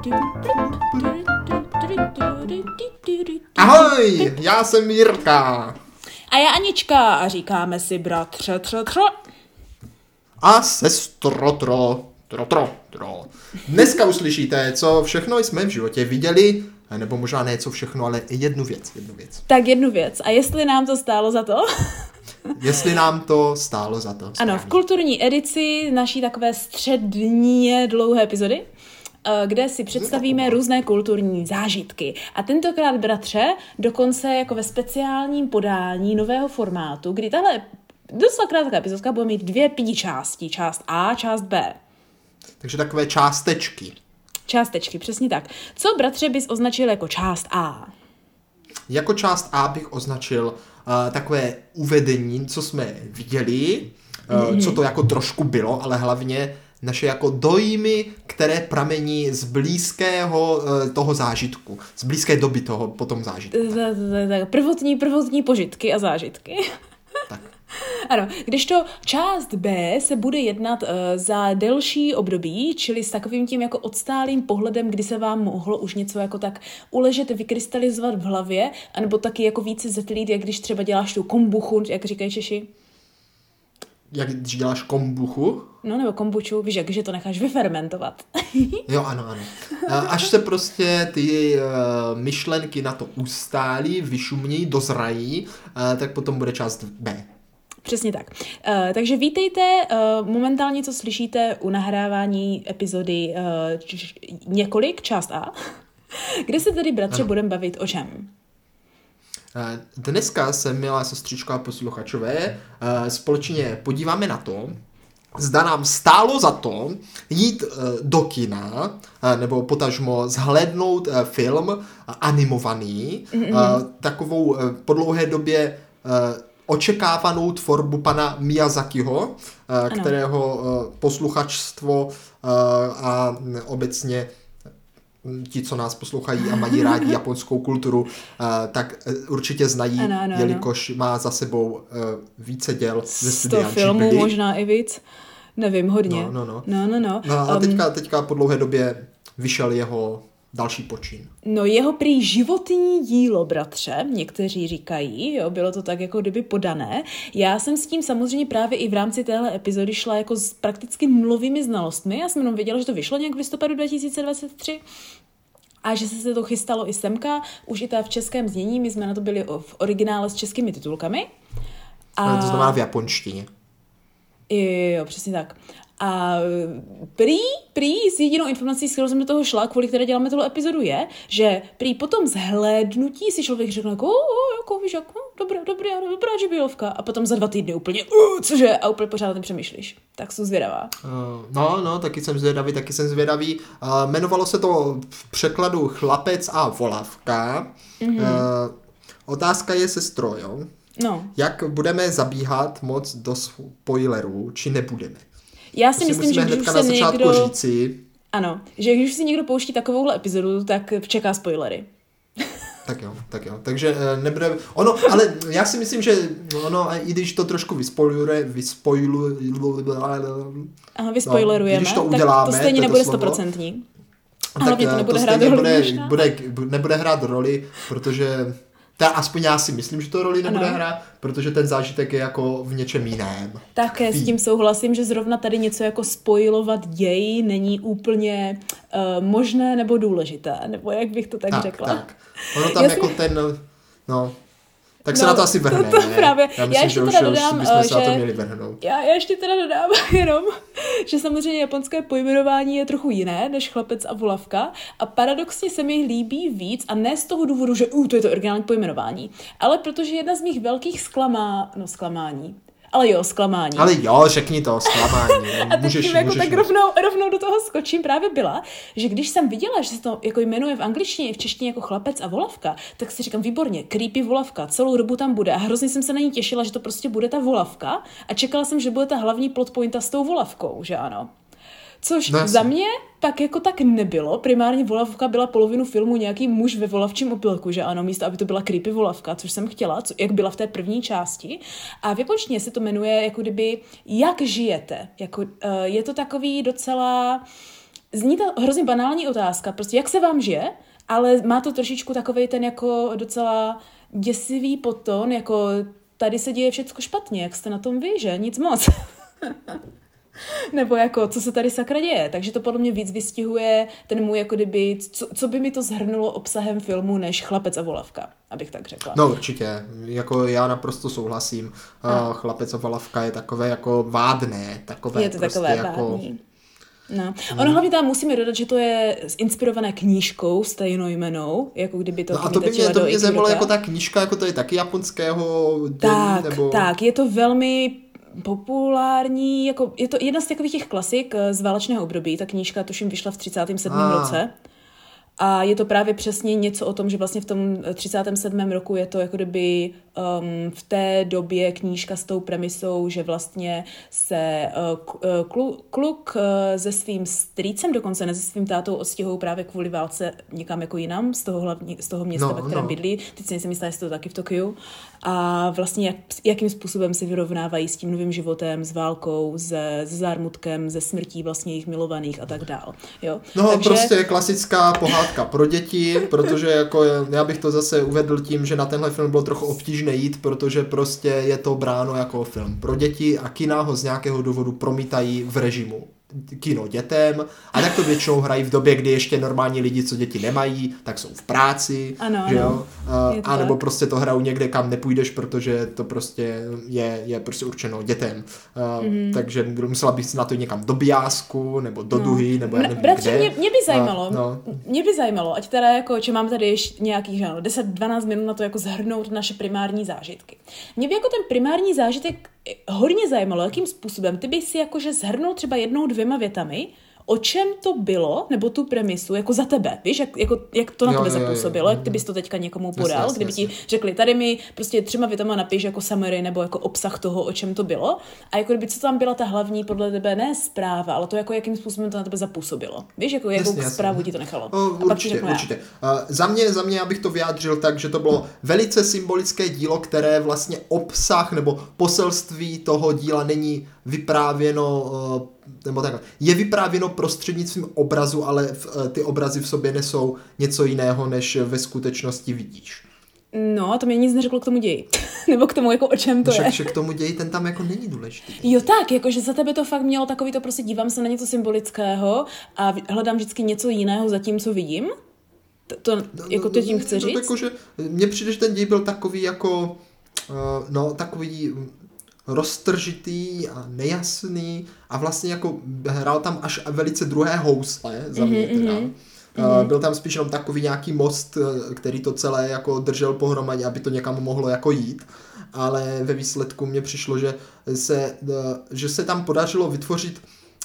Ahoj, já jsem Jirka. A já Anička a říkáme si bratře, tro. A sestro, tro. Dneska uslyšíte, co všechno jsme v životě viděli, nebo možná ne co všechno, ale jednu věc. Tak jednu věc. A jestli nám to stálo za to? Jestli nám to stálo za to. Ano, v kulturní edici naší takové střední dlouhé epizody, kde si představíme různé kulturní zážitky. A tentokrát, bratře, dokonce jako ve speciálním podání nového formátu, kdy tahle docela krátká epizodka bude mít 2 části. Část A, část B. Takže takové částečky. Částečky, přesně tak. Co, bratře, bys označil jako část A? Jako část A bych označil takové uvedení, co jsme viděli, co to jako trošku bylo, ale hlavně naše jako dojmy, které pramení z blízkého toho zážitku, z blízké doby toho potom zážitku. Prvotní požitky a zážitky. Tak. Ano, kdežto část B se bude jednat za delší období, čili s takovým tím jako odstálým pohledem, kdy se vám mohlo už něco jako tak uležet, vykrystalizovat v hlavě, anebo taky jako více zetlít, jak když třeba děláš tu kombuchu, jak říkají Češi. Jak když děláš kombuchu? No, nebo kombuču, víš, jak, že to necháš vyfermentovat. Jo, ano. Až se prostě ty myšlenky na to ustálí, vyšumnějí, dozrají, tak potom bude část B. Přesně tak. Takže vítejte, momentálně co slyšíte u nahrávání epizody několik, část A, kde se tedy, bratře, budeme bavit o čem? Dneska se, milá sestřičko a posluchačové, společně podíváme na to, zda nám stálo za to jít do kina, nebo potažmo zhlédnout film animovaný, takovou po dlouhé době očekávanou tvorbu pana Miyazakiho, kterého posluchačstvo a obecně ti, co nás poslouchají a mají rádi japonskou kulturu, tak určitě znají, jelikož má za sebou více děl ze studia 100 filmů, Ghibli. Možná i víc. Nevím, hodně. No a teďka po dlouhé době vyšel jeho další počin. No, jeho prý životní dílo, bratře, někteří říkají, jo, bylo to tak jako kdyby podané. Já jsem s tím samozřejmě právě i v rámci téhle epizody šla jako s prakticky nulovými znalostmi. Já jsem jenom věděla, že to vyšlo nějak v listopadu 2023 a že se to chystalo i semka, už i ta v českém znění, my jsme na to byli v originále s českými titulkami. To znamená v japonštině. Jo, přesně tak. A prý s jedinou informací, s kterou jsem do toho šla, kvůli které děláme tohle epizodu, je, že prý po tom zhlédnutí si člověk řekne jako, jako víš, jako, dobrá žibílovka. A potom za 2 týdny úplně, cože? A úplně pořád nepřemýšlíš. Tak jsem zvědavá. No, taky jsem zvědavý. Jmenovalo se to v překladu Chlapec a volavka. Otázka je, sestro, jo? No. Jak budeme zabíhat moc do spoilerů, či nebudeme? Já si myslím, že když se někdo... říci. Ano, že když si někdo pouští takovouhle epizodu, tak čeká spoilery. Tak jo. Takže nebude... Ale já si myslím, že i když to trošku vyspoilerujeme, když to uděláme, tak to stejně nebude 100%. Hlavně to nebude hrát roli. Nebude hrát roli, protože... Aspoň já si myslím, že to roli nebude hrát, protože ten zážitek je jako v něčem jiném. Také s tím souhlasím, že zrovna tady něco jako spoilovat děj není úplně možné nebo důležité, nebo jak bych to tak řekla. Tak. Ono tam jako tak se na to asi vrhne. To právě. Já myslím, že bychom se na to měli vrhnout. Já ještě teda dodám jenom, že samozřejmě japonské pojmenování je trochu jiné než Chlapec a volavka a paradoxně se mi líbí víc a ne z toho důvodu, že to je to originální pojmenování, ale protože jedna z mých velkých zklamání. Ale jo, řekni to, zklamání. A teď tím jako tak rovnou do toho skočím právě byla, že když jsem viděla, že se to jako jmenuje v angličtině i v češtině jako Chlapec a volavka, tak si říkám, výborně, creepy volavka, celou dobu tam bude a hrozně jsem se na ní těšila, že to prostě bude ta volavka a čekala jsem, že bude ta hlavní plot pointa s tou volavkou, že ano. Což za mě pak jako tak nebylo. Primárně volavka byla polovinu filmu nějaký muž ve volavčím opilku, že ano, místo aby to byla creepy volavka, což jsem chtěla, jak byla v té první části. A v japonštině se to jmenuje jako kdyby Jak žijete. Jako, je to takový docela zní to hrozně banální otázka, prostě jak se vám žije, ale má to trošičku takovej ten jako docela děsivý podton, jako tady se děje všecko špatně, jak jste na tom vy, že? Nic moc. Nebo jako, co se tady sakra děje. Takže to podle mě víc vystihuje ten můj, jako kdyby, co by mi to zhrnulo obsahem filmu, než Chlapec a volavka, abych tak řekla. No určitě, jako já naprosto souhlasím. Chlapec a volavka je takové jako vádné, takové je to prostě takové jako... vádný. No. Ono hlavně tam musíme dodat, že to je inspirované knížkou stejnojmennou, jako kdyby to... No a to by mě zajímalo jako ta knížka, jako to je taky japonského... Tak, je to velmi populární, jako je to jedna z takových těch klasik z válečného období, ta knížka tuším vyšla v 37. roce. A je to právě přesně něco o tom, že vlastně v tom 37. roku je to jako kdyby v té době knížka s tou premisou, že vlastně se kluk se svým strýcem, dokonce ne se svým tátou, odstěhují právě kvůli válce někam jako jinam, z toho města, ve kterém bydlí. Teď si nejsem jistá, jestli to taky v Tokiu. A vlastně jakým způsobem se vyrovnávají s tím novým životem, s válkou, se zármutkem, ze smrtí vlastně jejich milovaných a tak dál. Jo? No takže... prostě klasická pohádka pro děti, protože jako já bych to zase uvedl tím, že na tenhle film bylo trochu obtížné jít, protože prostě je to bráno jako film pro děti a kina ho z nějakého důvodu promítají v režimu kino dětem a tak to většinou hrají v době, kdy ještě normální lidi, co děti nemají, tak jsou v práci, že jo? A nebo prostě to hrajou někde, kam nepůjdeš, protože to prostě je prostě určeno dětem. Takže musela bych si na to někam do biásku, nebo do Duhy, nebo já nevím bratře, kde. Mě by zajímalo, ať teda jako, že mám tady ještě nějakých 10-12 minut na to jako zhrnout naše primární zážitky. Mě by jako ten primární zážitek hodně zajímalo, jakým způsobem ty bys si jakože zhrnul třeba 1-2 větami, o čem to bylo, nebo tu premisu, jako za tebe, víš, jak to na tebe zapůsobilo, jak ty bys to teďka někomu podal, jasně, kdyby ti řekli, tady mi prostě 3 větama napiš jako summary, nebo jako obsah toho, o čem to bylo, a jako kdyby co tam byla ta hlavní podle tebe, ne zpráva, ale to jako jakým způsobem to na tebe zapůsobilo, víš, jako jakou zprávu ti to nechalo. Určitě. Za mě, abych to vyjádřil tak, že to bylo velice symbolické dílo, které vlastně obsah nebo poselství toho díla není vyprávěno, nebo takhle, je vyprávěno prostřednictvím obrazu, ale ty obrazy v sobě nesou něco jiného, než ve skutečnosti vidíš. No, a to mě nic neřeklo k tomu ději. Nebo k tomu, jako o čem to je. Že k tomu ději, ten tam jako není důležitý. Jo tak, jakože za tebe to fakt mělo takový to prostě dívám se na něco symbolického a hledám vždycky něco jiného za tím, co vidím. Jako to tím chce říct? Jakože mně přijde, že ten děj byl takový jako, takový roztržitý a nejasný a vlastně jako hrál tam až velice druhé housle za mě teda. Byl tam spíš jenom takový nějaký most, který to celé jako držel pohromadě, aby to někam mohlo jako jít, ale ve výsledku mně přišlo, že se tam podařilo vytvořit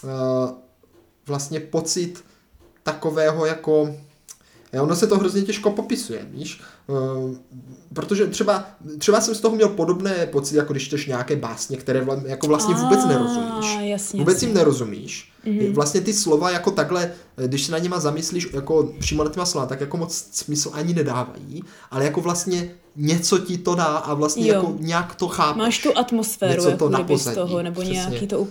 vlastně pocit takového jako ono se to hrozně těžko popisuje, víš? Protože třeba jsem z toho měl podobné pocity, jako když čteš nějaké básně, které jako vlastně vůbec nerozumíš. Vůbec jim nerozumíš. Vlastně ty slova jako takhle, když se na něma zamyslíš jako přímo na těma slova, tak jako moc smysl ani nedávají, ale jako vlastně něco ti to dá a vlastně jako nějak to chápeš. Máš tu atmosféru jako kdyby z toho, nebo přesně. Nějaký to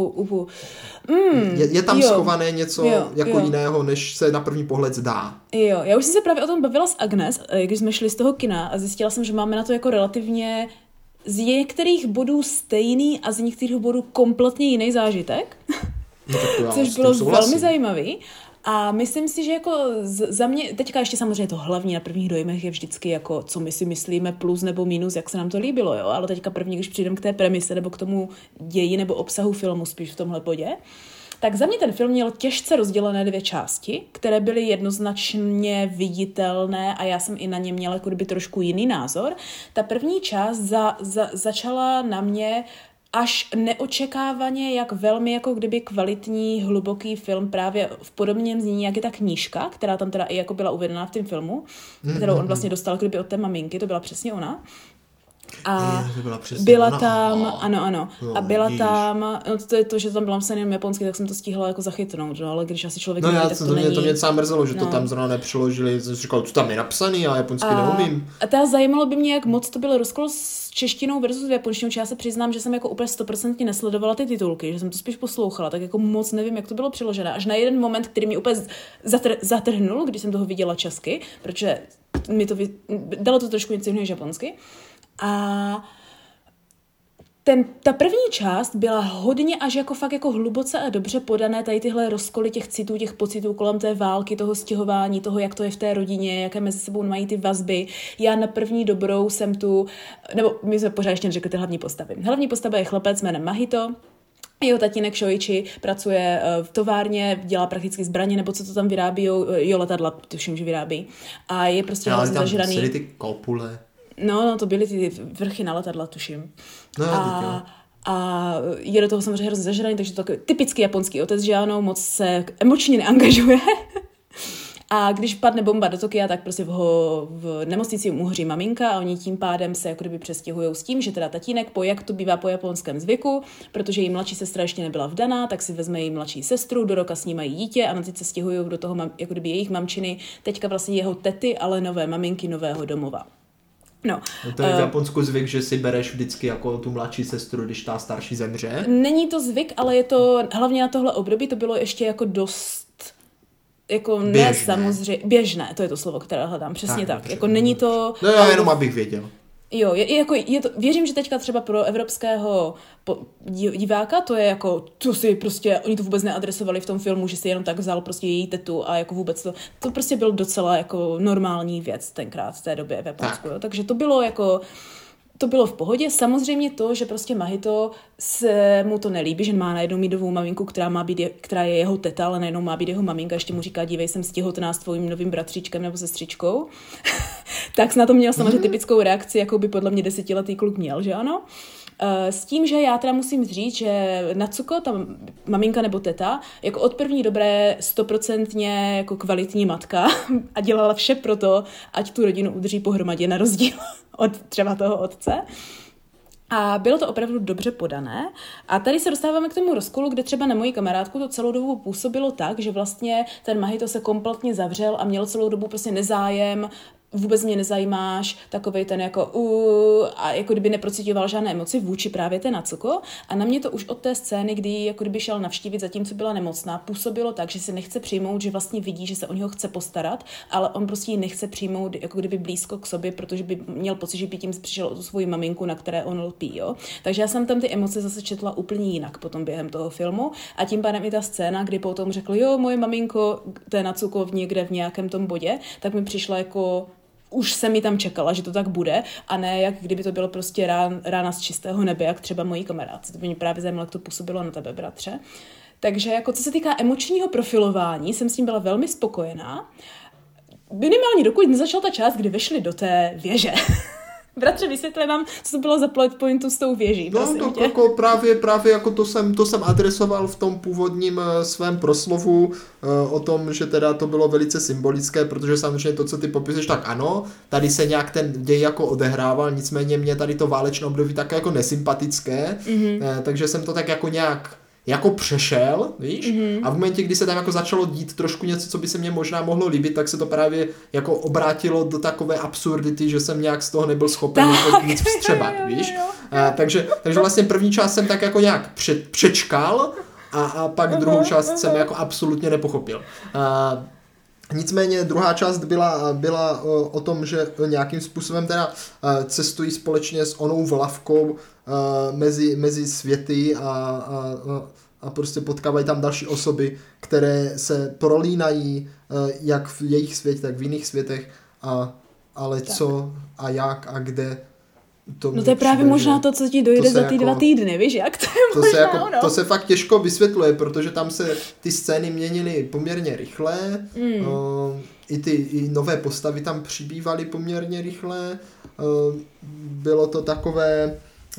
Je tam schované něco jiného, než se na první pohled zdá. Jo, já už jsem se právě o tom bavila s Agnes, když jsme šli z toho kina a zjistila jsem, že máme na to jako relativně z některých bodů stejný a z některých bodů kompletně jiný zážitek. Což bylo velmi zajímavý. A myslím si, že jako za mě, teďka ještě samozřejmě to hlavní na prvních dojmech je vždycky jako, co my si myslíme plus nebo minus, jak se nám to líbilo, jo, ale teďka první, když přijdem k té premise nebo k tomu ději nebo obsahu filmu spíš v tomhle bodě, tak za mě ten film měl těžce rozdělené 2 části, které byly jednoznačně viditelné a já jsem i na ně měla jako kdyby trošku jiný názor. Ta první část začala na mě až neočekávaně, jak velmi jako kdyby kvalitní, hluboký film právě v podobném znění, jak je ta knížka, která tam teda i jako byla uvedená v tom filmu, kterou on vlastně dostal kdyby od té maminky, to byla přesně ona. A to byla přesně byla ona. tam, ano. No, A byla vidíš. tam, no to je to, že tam byla psaný jenom japonsky, tak jsem to stihla jako zachytnout, no, ale když asi člověk No neví, já tak to není. mě docela mrzelo, že to No. tam zrovna nepřeložili, jsem si říkal, co tam je napsaný, a japonsky neumím. A teda zajímalo by mě, jak moc to byl rozkol s češtinou versus japonštinou, či já se přiznám, že jsem jako úplně 100% nesledovala ty titulky, že jsem to spíš poslouchala, tak jako moc nevím, jak to bylo přeložené. Až na jeden moment, který mě úplně zatrhnul, když jsem toho viděla česky, protože mi to dalo to trošku něco jiného než japonsky. A ta první část byla hodně až jako fakt jako hluboce a dobře podané, tady tyhle rozkoly těch citů, těch pocitů kolem té války, toho stěhování, toho, jak to je v té rodině, jaké mezi sebou mají ty vazby. Já na první dobrou jsem tu, nebo my jsme pořád ještě neřekli ty hlavní postavy. Hlavní postava je chlapec jménem Mahito. Jeho tatínek Shoichi pracuje v továrně, dělá prakticky zbraně, nebo co to tam vyrábí, jo, letadla, tuším, že vyrábí. A je prostě hrozně zažraný. Ale ty kopule. No, to byly ty vrchy na letadla, tuším. No, a je do toho samozřejmě hrozně zažraný, takže to takový typický japonský otec, že ano, moc se emočně neangažuje. A když padne bomba do Tokia, tak prostě v nemocnici uhoří maminka a oni tím pádem se jako kdyby přestěhují s tím, že teda tatínek, jak to bývá po japonském zvyku, protože její mladší sestra ještě nebyla vdaná, tak si vezme její mladší sestru, do roka s ní mají dítě a na teď se stěhují do toho jako kdyby jejich mamčiny, teďka vlastně jeho tety, ale nové maminky nového domova. No, to je v Japonsku zvyk, že si bereš vždycky jako tu mladší sestru, když ta starší zemře. Není to zvyk, ale je to, hlavně na tohle období, to bylo ještě jako dost, jako běžné. Ne samozřejmě, běžné, to je to slovo, které hledám, přesně tak. Jako není to... No já jenom abych věděl. Jo, je to, věřím, že teďka třeba pro evropského diváka to je jako, to si prostě, oni to vůbec neadresovali v tom filmu, že si jenom tak vzal prostě její tetu a jako vůbec to prostě byl docela jako normální věc tenkrát v té době v Japonsku, jo. Takže to bylo jako, to bylo v pohodě. Samozřejmě to, že prostě Mahito se mu to nelíbí, že má najednou mídovou maminku, která je jeho teta, ale najednou má být jeho maminka, ještě mu říká, dívej, jsem těhotná s tvojím novým bratříčkem nebo sestřičkou. Tak na to měl samozřejmě typickou reakci, jakou by podle mě 10letý kluk měl, že ano? S tím, že já teda musím říct, že Natsuko, ta maminka nebo teta, jako od první dobré 100% jako kvalitní matka a dělala vše pro to, ať tu rodinu udrží pohromadě na rozdíl od třeba toho otce. A bylo to opravdu dobře podané. A tady se dostáváme k tomu rozkolu, kde třeba na moji kamarádku to celou dobu působilo tak, že vlastně ten Mahito se kompletně zavřel a měl celou dobu prostě nezájem, vůbec mě nezajímáš, takovej ten jako a jako kdyby neprocitoval žádné emoci vůči právě té Natsuko. A na mě to už od té scény, kdy jako kdyby šel navštívit zatímco byla nemocná, působilo tak, že si nechce přijmout, že vlastně vidí, že se o něho chce postarat, ale on prostě ji nechce přijmout jako kdyby blízko k sobě, protože by měl pocit, že by tím přišel o tu svoji maminku, na které on lpí, jo. Takže já jsem tam ty emoce zase četla úplně jinak potom během toho filmu a tím pádem i ta scéna, kdy potom řekl, jo, moje maminko, to je Natsuko někde v nějakém tom bodě, tak mi přišla jako už jsem mi tam čekala, že to tak bude, a ne jak kdyby to bylo prostě rána z čistého nebe, jak třeba mojí kamarádce. To by mě právě zajímalo, jak to působilo na tebe, bratře. Takže jako co se týká emočního profilování, jsem s tím byla velmi spokojená. Minimálně dokud nezačala ta část, kdy vešli do té věže. Bratře, vysvětli nám, co to bylo za plot pointu s tou věží, prosím no, tě. Jako právě jako to jsem adresoval v tom původním svém proslovu o tom, že teda to bylo velice symbolické, protože samozřejmě to, co ty popisuješ, tak ano, tady se nějak ten děj jako odehrával, nicméně mě tady to válečné období také jako nesympatické, takže jsem to tak jako nějak jako přešel, víš? A v momentě, kdy se tam jako začalo dít trošku něco, co by se mně možná mohlo líbit, tak se to právě jako obrátilo do takové absurdity, že jsem nějak z toho nebyl schopen nic vstřebat, víš? Takže vlastně první část jsem tak jako nějak přečkal a pak druhou část jsem jako absolutně nepochopil. Nicméně druhá část byla o tom, že nějakým způsobem teda cestují společně s onou vlavkou mezi světy a prostě potkávají tam další osoby, které se prolínají jak v jejich světě, tak v jiných světech, ale tak. Co a jak a kde. No to je právě možná to, co ti dojde za ty 2 týdny, víš, jak to je možná ono. To se fakt těžko vysvětluje, protože tam se ty scény měnily poměrně rychle, i nové postavy tam přibývaly poměrně rychle, bylo to takové,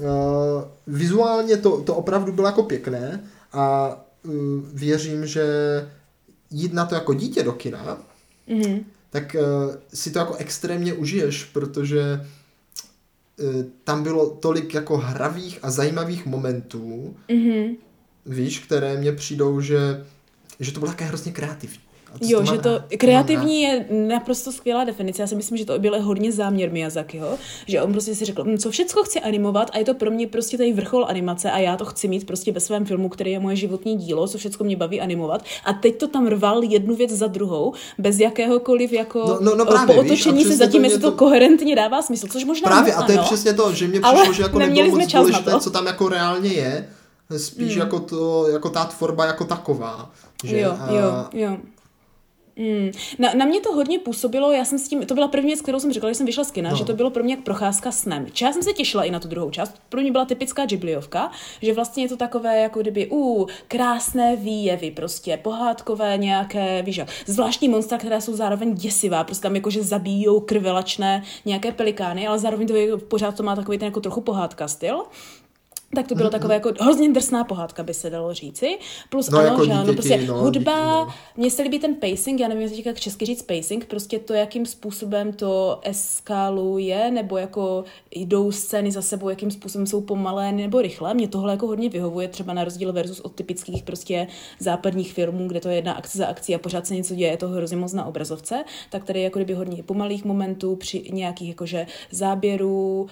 vizuálně to opravdu bylo jako pěkné a věřím, že jít na to jako dítě do kina, tak si to jako extrémně užiješ, protože tam bylo tolik jako hravých a zajímavých momentů, víš, které mně přijdou, že to bylo také hrozně kreativní. Jo, že to kreativní je naprosto skvělá definice. Já si myslím, že to byl hodně záměr Miyazakiho, že on prostě si řekl, co všecko chci animovat a je to pro mě prostě tady vrchol animace a já to chci mít prostě ve svém filmu, který je moje životní dílo, co všecko mě baví animovat. A teď to tam rval jednu věc za druhou, bez jakéhokoliv jako právě, pootočení se zatím, jestli to koherentně dává smysl, což možná právě, a to je přesně to, že mě přišlo, že jako nebylo moc důležité, co tam jako reálně je, spíš jako ta tvorba jako taková. Že? Jo. Na mě to hodně působilo, já jsem s tím, to byla první věc, kterou jsem řekla, když jsem vyšla z kina, že to bylo pro mě jak procházka snem. Já jsem se těšila i na tu druhou část, pro mě byla typická Ghibliovka, že vlastně je to takové jako kdyby krásné výjevy, prostě pohádkové nějaké, víš jak, zvláštní monstra, které jsou zároveň děsivá, prostě tam jakože zabíjou krvelačné nějaké pelikány, ale zároveň to je, pořád to má takový ten jako trochu pohádka styl. Tak to bylo takové jako hrozně drsná pohádka, by se dalo říci. Plus jako že ano, prostě hudba, mně se líbí ten pacing, já nevím, jak česky říct pacing, prostě to, jakým způsobem to eskaluje, nebo jako jdou scény za sebou, jakým způsobem jsou pomalé nebo rychlé. Mně tohle jako hodně vyhovuje, třeba na rozdíl versus od typických prostě západních filmů, kde to je jedna akce za akcí a pořád se něco děje, je to hrozně moc na obrazovce, tak tady jako kdyby hodně pomalých momentů při nějakých jakože záběrů,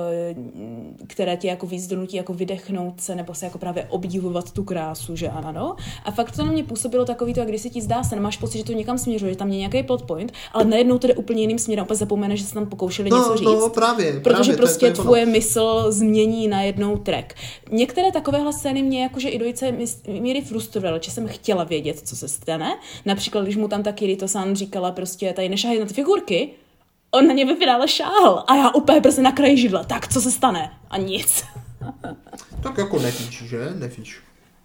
které tě jako víc donutí jako vydechnout se nebo se jako právě obdivovat tu krásu, že ano. A fakt to na mě působilo takový to, když si ti zdá se, nemáš pocit, že to někam směřuje, že tam je nějaký plot point, ale najednou to jde úplně jiným směrem, opět zapomeneš, že se tam pokoušeli něco říct. No, právě. Protože prostě tvoje mysl změní najednou track. Některé takovéhle scény mě jakože i do jisté míry frustrovaly, že jsem chtěla vědět, co se stane. Například, když mu tam ta Kirito-san říkala prostě tady nešahej na ty figurky, on na ně ve finále šáhl a já úplně prostě na kraji židla. Tak co se stane? A nic. Tak jako nevíš, že? Nevíš.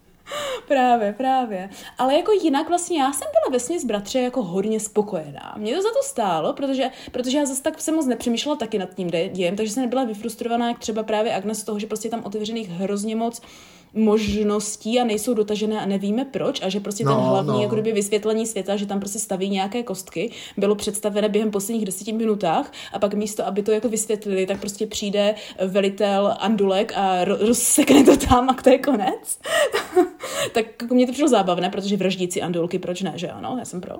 Právě. Ale jako jinak vlastně já jsem byla vesměs bratře jako hodně spokojená. Mě to za to stálo, protože já zase tak jsem moc nepřemýšlela taky nad tím dějem, takže jsem nebyla vyfrustrovaná, jak třeba právě Agnes z toho, že prostě je tam otevřených hrozně moc možností a nejsou dotažené a nevíme proč a že prostě ten hlavní jako kdyby vysvětlení světa, že tam prostě staví nějaké kostky, bylo představené během posledních 10 minutách a pak místo, aby to jako vysvětlili, tak prostě přijde velitel Andulek a rozsekne to tam a to je konec. Tak jako mě to přišlo zábavné, protože vraždící Andulky, proč ne, že ano, já jsem pro.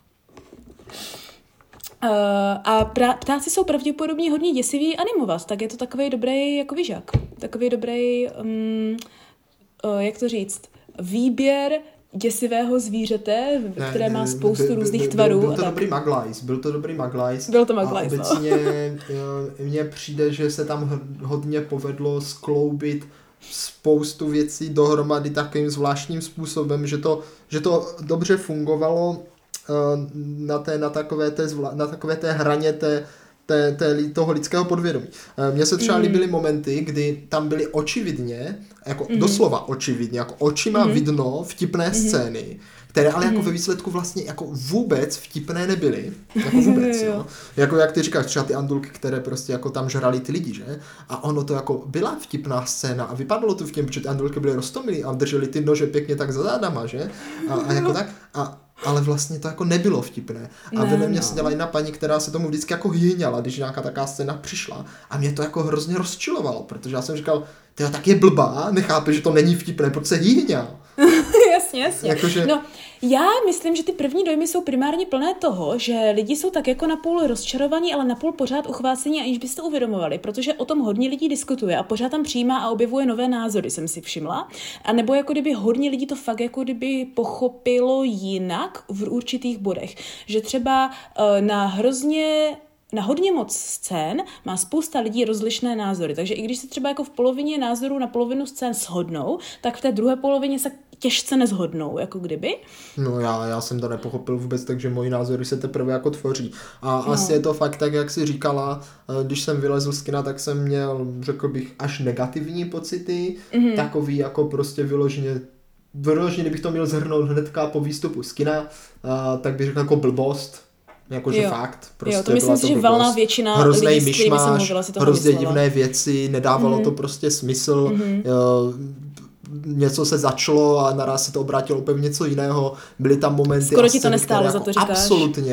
A ptáci jsou pravděpodobně hodně děsiví animovat, tak je to takovej dobrý jako výžak. Takový dobrý, jak to říct, výběr děsivého zvířete, které má spoustu různých tvarů. Byl to dobrý Maglajs. Byl to Maglajs, a obecně mně přijde, že se tam hodně povedlo skloubit spoustu věcí dohromady takovým zvláštním způsobem, že to dobře fungovalo na takové té hraně toho lidského podvědomí. Mně se třeba líbily momenty, kdy tam byly očividně, jako doslova očividně, jako očima vidno vtipné scény, které ale jako ve výsledku vlastně jako vůbec vtipné nebyly. Jako vůbec, jo. Jako jak ty říkáš, třeba ty Andulky, které prostě jako tam žrali ty lidi, že? A ono to jako byla vtipná scéna a vypadalo to vtipně, protože ty Andulky byly roztomilý a drželi ty nože pěkně tak za zádama, že? A jako tak. Ale vlastně to jako nebylo vtipné. A vedle mě seděla jedna paní, která se tomu vždycky jako hýňala, když nějaká taková scéna přišla. A mě to jako hrozně rozčilovalo, protože já jsem říkal, tyjo, tak je blbá, nechápe, že to není vtipné, proč se hýňal. Jasně. Jakože... No, já myslím, že ty první dojmy jsou primárně plné toho, že lidi jsou tak jako napůl rozčarovaní, ale napůl pořád uchvácení, aniž byste uvědomovali, protože o tom hodně lidí diskutuje a pořád tam přijímá a objevuje nové názory, jsem si všimla. A nebo jako kdyby hodně lidí to fakt jako kdyby pochopilo jinak v určitých bodech. Že třeba na hodně moc scén má spousta lidí rozlišné názory, takže i když se třeba jako v polovině názorů na polovinu scén shodnou, tak v té druhé polovině se těžce nezhodnou, jako kdyby. No já jsem to nepochopil vůbec, takže moji názory se teprve jako tvoří. A asi je to fakt tak, jak jsi říkala, když jsem vylezl z kina, tak jsem měl, řekl bych, až negativní pocity, takový jako prostě vyloženě, kdybych to měl zhrnout hnedka po výstupu z kina, tak bych řekl jako blbost. Jakože fakt. Prostě jo, to myslím si, že valná většina lidí, s kterými jsem mluvila, si toho hrozně divné věci, nedávalo to prostě smysl. Něco se začalo a naraz se to obrátilo úplně v něco jiného. Byly tam momenty skoro ti to nestálo, jako za to říkáš.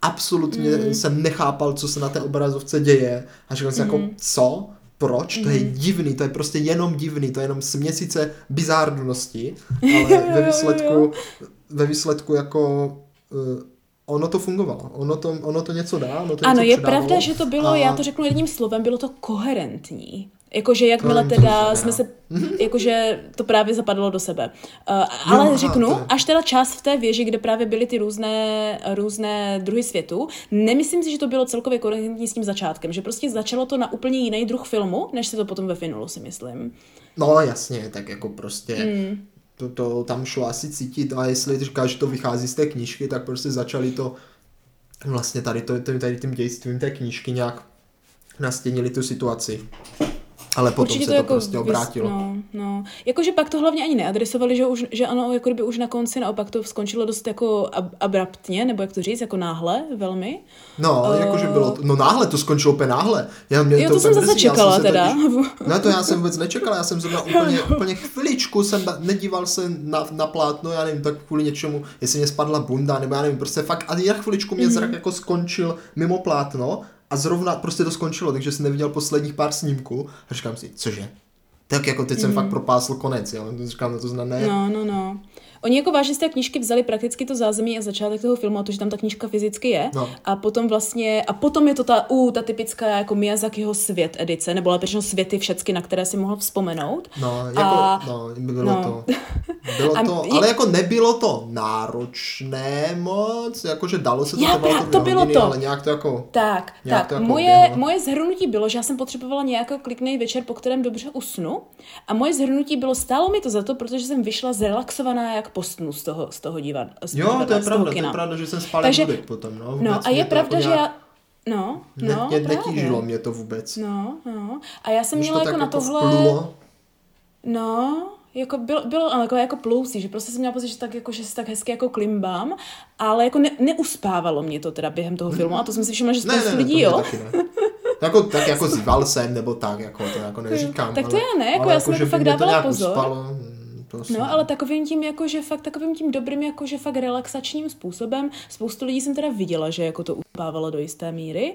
absolutně jsem nechápal, co se na té obrazovce děje a říkal jsem jako, co? Proč? To je divný, to je prostě jenom divný, to je jenom směsice bizárnosti, ale ve výsledku jako ono to fungovalo, ono to něco dá, ono to ano, něco je předávalo. pravda, že to bylo, já to řeknu jedním slovem, bylo to koherentní. Jakože jakmile teda jsme se, jakože to právě zapadlo do sebe. Ale řeknu, až teda část v té věži, kde právě byly ty různé druhy světů, nemyslím si, že to bylo celkově koherentní s tím začátkem, že prostě začalo to na úplně jiný druh filmu, než se to potom ve finálu, si myslím. No jasně, tak jako prostě to tam šlo asi cítit a jestli ty říkáš, že to vychází z té knížky, tak prostě začali to vlastně tady tím dějstvím té knížky nějak nastěnili tu situaci. Ale potom určitě se to jako prostě obrátilo. No. Jakože pak to hlavně ani neadresovali, že ano, jako kdyby už na konci naopak to skončilo dost jako abruptně, nebo jak to říct, jako náhle, velmi. No, jakože bylo, náhle, to skončilo úplně náhle. To jsem zase čekala teda. Ne, to já jsem vůbec nečekala, já jsem zrovna úplně chviličku, nedíval se na plátno, já nevím, tak kvůli něčemu, jestli mě spadla bunda, nebo já nevím, prostě fakt, a na chviličku mě zrak jako skončil mimo plátno, a zrovna prostě to skončilo, takže jsem neviděl posledních pár snímků a říkám si, cože? Tak jako teď jsem fakt propásl konec, jo? Říkám, to znamená ne. No. Oni jako vážně z té knížky vzali prakticky to zázemí a začátek toho filmu a to, že tam ta knížka fyzicky je. No. A potom je to ta typická jako Miyazakiho svět edice, nebo lépe řečeno světy všechny, na které si mohl vzpomenout. Ale jako nebylo to náročné moc, jakože dalo se to ale nějak to jako... Tak, moje shrnutí bylo, že já jsem potřebovala nějaký klidný večer, po kterém dobře usnu a moje shrnutí bylo, stálo mi to za to, protože jsem vyšla zrelaxovaná jak postnu z toho divadla. Jo, to je pravda, že jsem spal jak blběk potom. No a je pravda, že já... Netížilo mě to vůbec. No. A já jsem měla jako na tohle... Vplulo. No, jako bylo jako plousí, že prostě jsem měla pocit, že se tak hezky jako klimbám, ale jako neuspávalo mě to teda během toho filmu a to jsem si všimla, že spoustu lidí, jo. Tak jako zýval jsem, nebo tak, jako to jako neříkám. Tak to já ne, jako já jsem jako fakt dávala pozor. Uspalo, ale takovým tím dobrým, jakože fakt relaxačním způsobem. Spoustu lidí jsem teda viděla, že jako to uspávalo do jisté míry.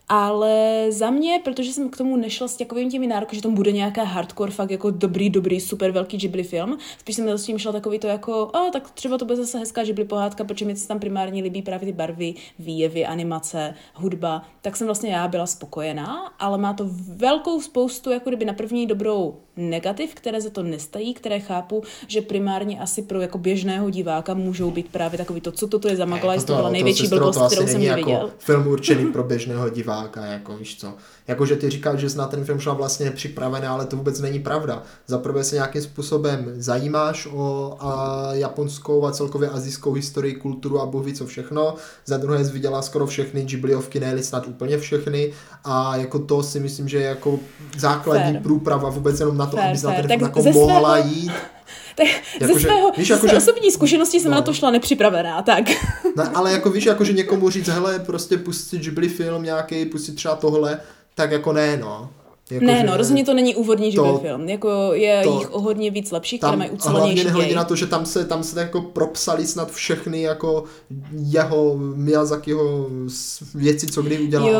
Ale za mě, protože jsem k tomu nešla s takovým těmi nároky, že tam bude nějaká hardcore, fakt jako dobrý, super velký Ghibli film. Spíš jsem s tím šla takový to jako, tak třeba to bude zase hezká Ghibli pohádka, protože mi se tam primárně líbí právě ty barvy, výjevy, animace, hudba. Tak jsem vlastně já byla spokojená, ale má to velkou spoustu jako kdyby na první dobrou negativ, které za to nestají, které chápu, že primárně asi pro jako běžného diváka můžou být právě takový to, co toto je za Magalajs, to byla největší blbost, kterou jsem neviděl. Jako film určený pro běžného diváka, jako víš co. Jakože ty říkáš, že jsi na ten film šla vlastně nepřipravená, ale to vůbec není pravda. Za prvé se nějakým způsobem zajímáš o japonskou a celkově asijskou historii, kulturu a bůh ví co všechno. Za druhé jsi viděla skoro všechny Ghibliovky, ne snad úplně všechny a jako to si myslím, že je jako základní průprava vůbec jenom na to, aby na ten film jako mohla jít. Tak ze osobní zkušenosti jsem na to šla nepřipravená, tak. No, ale jako víš, jako že někomu říct, hele, prostě pustit Ghibli film nějaký, pustit třeba tohle, tak jako rozhodně to není úvodní Ghibli film, jako je jich o hodně víc lepších, které mají ucelenější děj. Hlavně nehledě na to, že tam se jako propsali snad všechny jako jeho Miyazakiho věci, co kdy udělal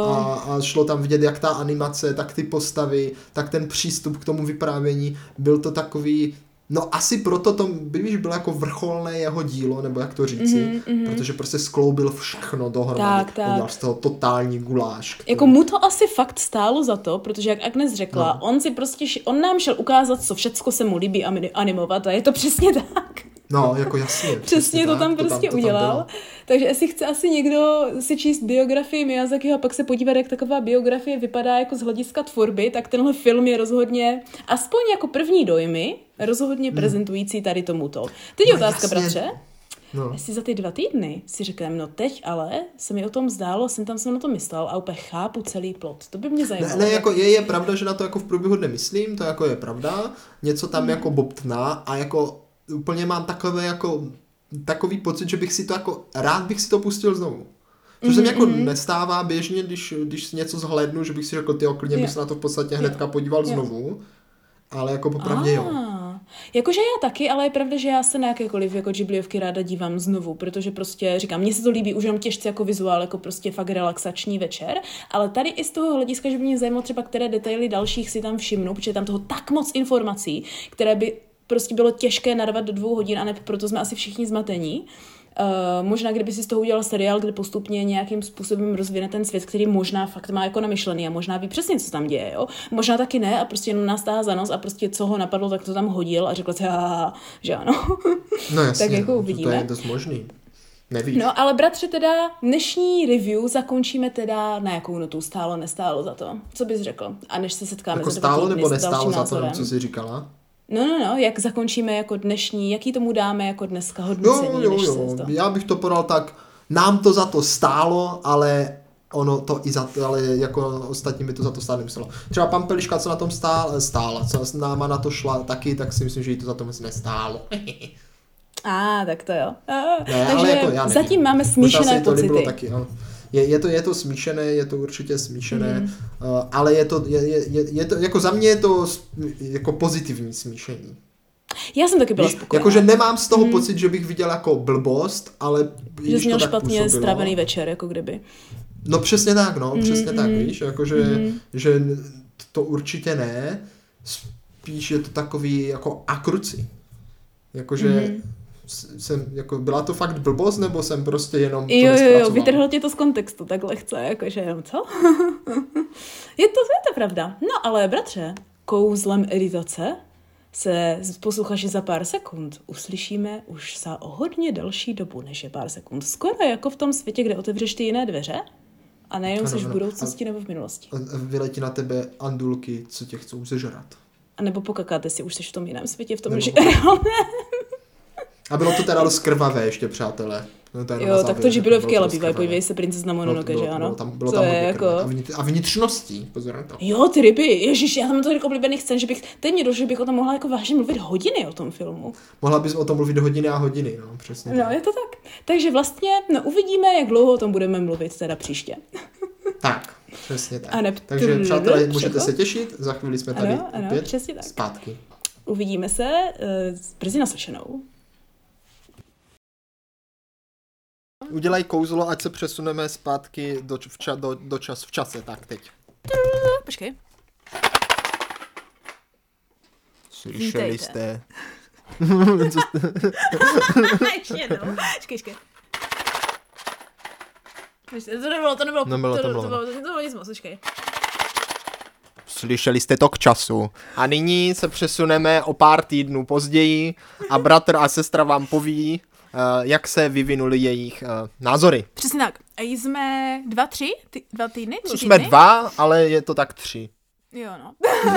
a šlo tam vidět jak ta animace, tak ty postavy, tak ten přístup k tomu vyprávění, byl to takový. No asi proto to bylo jako vrcholné jeho dílo, nebo jak to říci, protože prostě skloubil všechno dohromady. Tak. Udělal z toho totální guláš. Jako mu to asi fakt stálo za to, protože jak Agnes řekla, on nám šel ukázat, co všecko se mu líbí animovat a je to přesně tak. No, jako jasně. Přesně to tam prostě udělal. Takže jestli chce asi někdo si číst biografii Miyazakiho a pak se podívat, jak taková biografie vypadá jako z hlediska tvorby, tak tenhle film je rozhodně, aspoň jako první dojmy, rozhodně prezentující tady tomuto. Teď je otázka, bratře. No. Jestli za ty 2 týdny si řekneme, teď ale se mi o tom zdálo, jsem na to myslel a úplně chápu celý plot. To by mě zajímalo. Ne, jako je pravda, že na to jako v průběhu nemyslím, to jako je pravda. Něco tam jako bobtná a jako úplně mám takový pocit, že bych si to jako, rád bych si to pustil znovu. Což se mi jako nestává běžně, když něco zhlédnu, že bych si řekl, klidně bych se na to v podstatě hnedka podíval znovu, ale jako popravdě jo. Jakože já taky, ale je pravda, že já se na jakékoliv jako Ghibliovky ráda dívám znovu, protože prostě říkám, mně se to líbí už jenom těžce jako vizuál, jako prostě fakt relaxační večer, ale tady i z toho hlediska, že by mě zajímalo třeba, které detaily dalších si tam všimnu, protože je tam toho tak moc informací, které by prostě bylo těžké narvat do 2 hodin a ne, proto jsme asi všichni zmatení. Možná, kdyby si z toho udělal seriál, kde postupně nějakým způsobem rozvine ten svět, který možná fakt má jako namyšlený a možná ví přesně, co tam děje, jo? Možná taky ne a prostě jenom nás táhá za nos a prostě co ho napadlo, tak to tam hodil a řekl si, že ano. No jasně, tak jako uvidíme. To je dost možný. Nevíš. No, ale bratře, teda dnešní review zakončíme teda na jakou notu? Stálo, nestálo za to? Co bys řekl? A než se setkáme jako za stálo 2 týdny nebo s nestálo dalším za to, názorem. co jsi říkala? No, jak zakončíme jako dnešní, jaký tomu dáme jako dneska hodnocení? Jo. Já bych to podal tak, nám to za to stálo, ale ono to i za to, ale jako ostatní by to za to stát nemuselo. Třeba Pampeliška, co na tom stála, co s náma na to šla taky, tak si myslím, že jí to za to moc nestálo. Tak to jo. Ne, takže jako já zatím máme smíšené pocity. Bylo taky, no. Je to smíšené, je to určitě smíšené, ale je to jako za mě je to jako pozitivní smíšení. Já jsem taky byla spokojená. Jakože nemám z toho pocit, že bych viděl jako blbost, ale že jsi měl to špatně působilo. strávený večer, jako kdyby. No přesně tak, přesně tak, víš, jakože že to určitě ne, spíš je to takový jako akruci. Jakože jako byla to fakt blbost, nebo jsem prostě jenom to nespracoval? Jo, vytrhl tě to z kontextu tak lehce, jakože jenom co? je to pravda. No ale bratře, kouzlem editace se posluchači za pár sekund uslyšíme už za o hodně delší dobu, než je pár sekund. Skoro jako v tom světě, kde otevřeš ty jiné dveře a nejenom jsi v budoucnosti nebo v minulosti. Vyletí na tebe andulky, co tě chcou zežrat. A nebo pokakáte si, už jsi v tom jiném světě, v tom A bylo to teda dost krvavé ještě, přátelé. No to jo, tak to Ghibliovky ale bývají, podívej se Princezna Mononoke, že ano? Bylo tam jako... A vnitřností, pozor na to. Jo, ty ryby, ježiš, já mám tolik oblíbených scén, že teď mě došlo, že bych o tom mohla jako vážně mluvit hodiny o tom filmu. Mohla bys o tom mluvit hodiny a hodiny, no, přesně. No, je to tak. Takže vlastně, uvidíme, jak dlouho o tom budeme mluvit teda příště. Tak, přesně tak. Takže přátelé, můžete se těšit, za chvíli jsme tady opět zpátky. Uvidíme se brzy naslyšenou. Udělej kouzlo, ať se přesuneme zpátky v čase, tak teď. Počkej. Slyšeli jste. Ještě jednou. Počkej. To nebylo nic moc, počkej. Slyšeli jste to k času. A nyní se přesuneme o pár týdnů později a bratr a sestra vám poví, jak se vyvinuly jejich názory. Přesně tak. A jsme 2 týdny? Jsme 2, ale je to tak 3. Jo, no.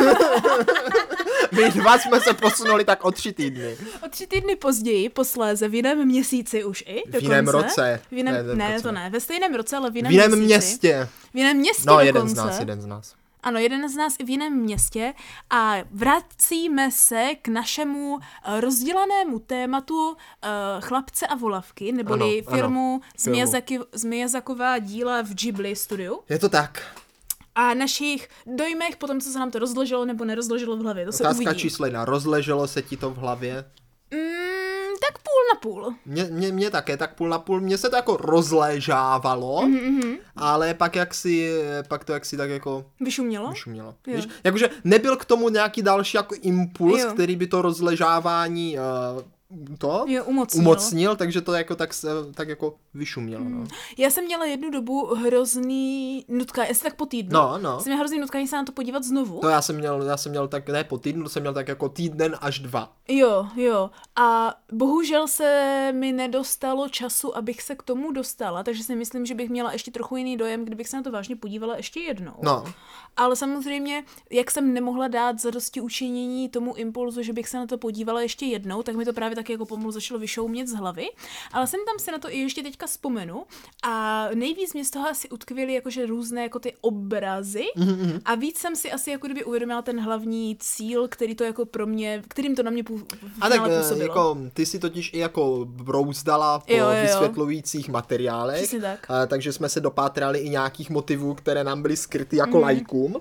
My 2 jsme se posunuli tak o 3 týdny. O 3 týdny později, posléze, v jiném měsíci už i, dokonce. V jiném roce. Ve stejném roce, ale v jiném městě. V jiném městě no, dokonce. jeden z nás. Ano, jeden z nás i v jiném městě a vracíme se k našemu rozdělanému tématu Chlapce a volavky, neboli firmu z Miyazakova díla v Ghibli studiu. Je to tak. A našich dojmech potom, co se nám to rozložilo nebo nerozložilo v hlavě, to se uvidí. Otázka číslo 1. Rozleželo se ti to v hlavě? Tak půl na půl. Mně také tak půl na půl. Mně se to jako rozležávalo, ale pak to jaksi tak jako... Vyšumělo. Víš? Jakože nebyl k tomu nějaký další jako impuls, který by to rozležávání umocnil, takže to jako tak jako vyšumělo. No. Já jsem měla jednu dobu hrozný nutkání, jestli tak po týdnu. No. Jsem měla hrozný nutkání se na to podívat znovu. To já jsem měl tak, ne po týdnu, jsem měl tak jako týden až 2. Jo. A bohužel se mi nedostalo času, abych se k tomu dostala, takže si myslím, že bych měla ještě trochu jiný dojem, kdybych se na to vážně podívala ještě jednou. No. Ale samozřejmě, jak jsem nemohla dát zadosti učinění tomu impulzu, že bych se na to podívala ještě jednou, tak mi to právě taky jako pomalu začalo vyšoumět z hlavy. Ale jsem tam se na to i ještě teďka vzpomenu a nejvíc mě z toho asi utkvěly jakože různé jako ty obrazy a víc jsem si asi jako kdyby uvědomila ten hlavní cíl, který to jako pro mě, kterým to na mě a tak jako ty si totiž i jako brouzdala po vysvětlujících materiálech, tak. Takže jsme se dopátrali i nějakých motivů, které nám byly skryty jako lajkům.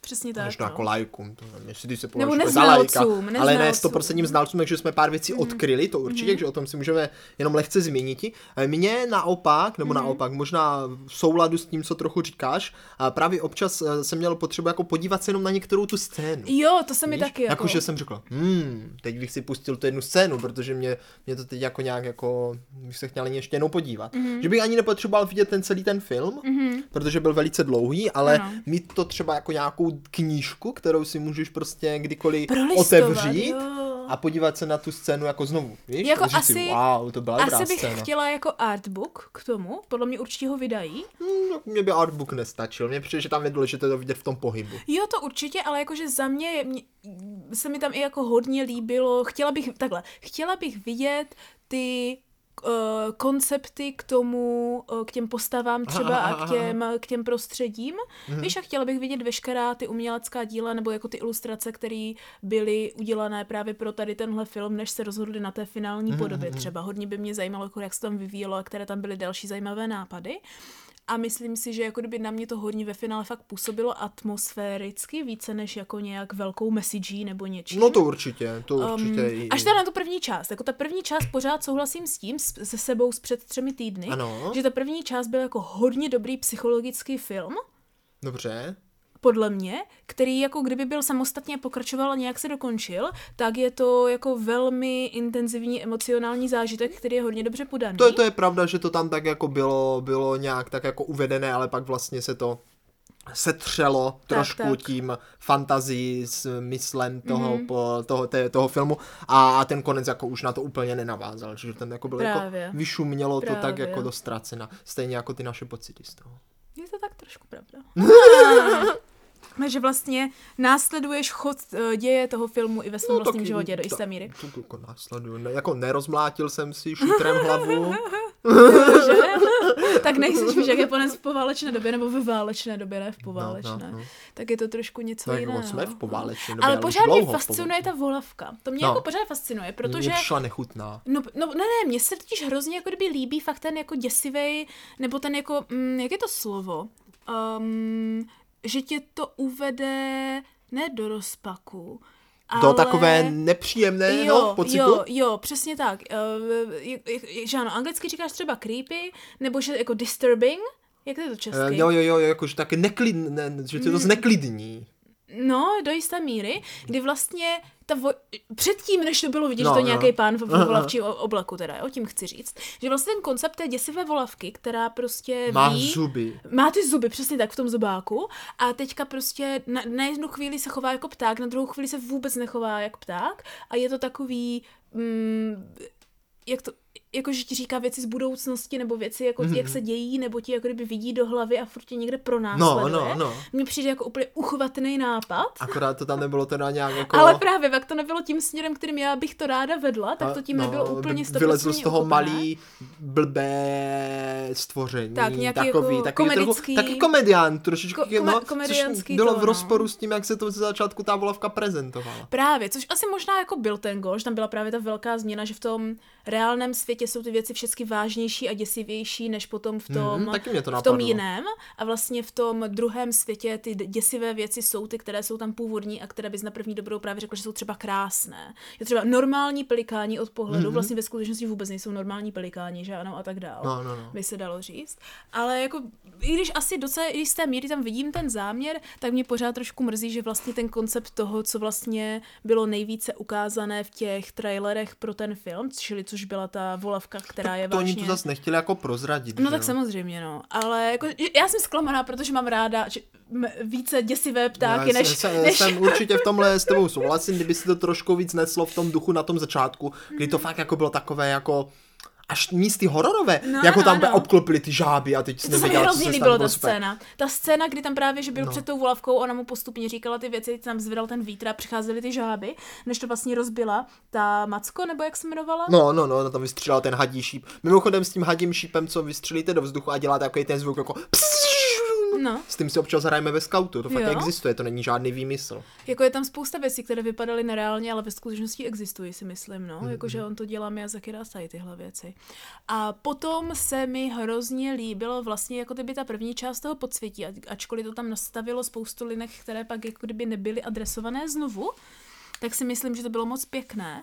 Přesně tak. Než to jako lajkům, to nevím, jestli ty se nebo považuješ za lajka, ale ne neznalcům. 100% znalcům, takže jsme pár věcí odkryli, to určitě, že o tom si můžeme jenom lehce zmínit. Mně naopak, nebo naopak, možná v souladu s tím, co trochu říkáš, a právě občas jsem měl potřebu jako podívat se jenom na některou tu scénu. Jo, to se mi taky jako. Jakože jsem řekl, teď bych si pustil tu jednu scénu, protože mě to teď jako nějak jako, bych se chtěl ani ještě jednou podívat. Že bych ani nepotřeboval vidět ten celý ten film, protože byl velice dlouhý, ale mít to třeba jako nějakou knížku, kterou si můžeš prostě kdykoliv otevřít a podívat se na tu scénu jako znovu. Víš? Jako asi, si, wow, to byla dobrá asi bych scéna. chtěla jako artbook k tomu, podle mě určitě ho vydají. Mně by artbook nestačil, mně přijde, že tam je důležité to vidět v tom pohybu. Jo, to určitě, ale jakože za mě se mi tam i jako hodně líbilo, chtěla bych vidět ty koncepty k tomu, k těm postavám třeba a k těm prostředím. Víš, a chtěla bych vidět veškerá ty umělecká díla nebo jako ty ilustrace, které byly udělané právě pro tady tenhle film, než se rozhodli na té finální podobě. Třeba hodně by mě zajímalo, jako jak se tam vyvíjelo a které tam byly další zajímavé nápady. A myslím si, že jako kdyby na mě to hodně ve finále fakt působilo atmosféricky, více než jako nějak velkou message nebo něčím. No to určitě. Až teda na tu první část. Jako ta první část pořád souhlasím s tím, se sebou před 3 týdny, že ta první část byl jako hodně dobrý psychologický film. Dobře. Podle mě, který jako kdyby byl samostatně pokračoval a nějak se dokončil, tak je to jako velmi intenzivní emocionální zážitek, který je hodně dobře podaný. To je pravda, že to tam tak jako bylo nějak tak jako uvedené, ale pak vlastně se to setřelo trošku tím fantazii s myslem toho filmu a ten konec jako už na to úplně nenavázal, že ten jako byl jako vyšumělo to tak jako do ztracena, stejně jako ty naše pocity z toho. Je to tak trošku pravda. Že vlastně následuješ chod děje toho filmu i ve svém vlastním životě do jisté míry. To jako následuju. Jako nerozmlátil jsem si šutrem hlavu. Tak nejsi, víš, jak Japonec v poválečné době, nebo ve válečné době, ne v poválečné. No. Tak je to trošku něco jiného. Jsme v poválečné době, ale pořád mě fascinuje ta volavka. To mě jako pořád fascinuje, protože... Mě přišla nechutná. No, mně se totiž hrozně jako kdyby líbí fakt ten jako děsivej, nebo ten jako, jak je to slovo? Že tě to uvede ne do rozpaku, do takové nepříjemného pocitu? Jo, přesně tak. Že ano, anglicky říkáš třeba creepy, nebo že jako disturbing, jak je to česky? Jo, jakože taky že tě to zneklidní. No, do jisté míry, kdy vlastně předtím, než to bylo vidět, že to je nějaký pán v volavčím oblaku, teda, o tím chci říct, že vlastně ten koncept té děsivé volavky, která prostě má ty zuby, přesně tak v tom zubáku a teďka prostě na jednu chvíli se chová jako pták, na druhou chvíli se vůbec nechová jak pták a je to takový, jakože ti říká věci z budoucnosti, nebo věci, jako jak se dějí, nebo ti jako kdyby vidí do hlavy a furt tě někde pronásleduje. No. Mně přijde jako úplně uchvatný nápad. Akorát to tam nebylo teda nějak jako... Ale právě, jak to nebylo tím směrem, kterým já bych to ráda vedla, tak to tím nebylo úplně 100% vylezl z toho malý, blbé stvoření. Tak, nějaký takový, jako komedický. Taky komedián, trošičku. Komediánský bylo v rozporu s tím, jak se to ze začátku ta volavka prezentovala. Právě, což asi možná jako byl ten gol, že tam byla právě ta velká změna, že v tom reálném světě jsou ty věci všechny vážnější a děsivější, než potom v tom jiném. A vlastně v tom druhém světě ty děsivé věci jsou ty, které jsou tam původní a které bys na první dobrou právě řekl, že jsou třeba krásné. Je třeba normální pelikáni od pohledu, vlastně ve skutečnosti vůbec nejsou normální pelikáni, že ano, a tak dál. No. By se dalo říct. Ale jako, i když asi docela jisté míry tam vidím ten záměr, tak mě pořád trošku mrzí, že vlastně ten koncept toho, co vlastně bylo nejvíce ukázané v těch trailerech pro ten film, což byla ta volavka, která je to vážně... oni to zase nechtěli jako prozradit. No tak samozřejmě, no. Ale jako, já jsem zklamaná, protože mám ráda více děsivé ptáky, než... Jsem určitě v tomhle s tebou souhlasím, kdyby si to trošku víc neslo v tom duchu na tom začátku, kdy to fakt jako bylo takové jako... Až místy hororové, jako tam obklopili ty žáby a teď si nevěděla, co se stane. Ta scéna. Ta scéna, kdy tam právě, že byl před tou volavkou, ona mu postupně říkala ty věci, tam zvedal ten vítr a přicházely ty žáby, než to vlastně rozbila ta Macko, nebo jak se jmenovala? No, tam vystřelal ten hadí šíp. Mimochodem s tím hadím šípem, co vystřelíte do vzduchu a dělá takový ten zvuk jako No. S tím si občas hrajeme ve skautu, to fakt Jo. existuje, to není žádný výmysl. Jako je tam spousta věcí, které vypadaly nereálně, ale ve skutečnosti existují, si myslím, no. Jakože on to dělá Miyazaki rád tady tyhle věci. A potom se mi hrozně líbilo vlastně jako kdyby ta první část toho Podsvětí, ačkoliv to tam nastavilo spoustu linek, které pak jako kdyby nebyly adresované znovu, tak si myslím, že to bylo moc pěkné.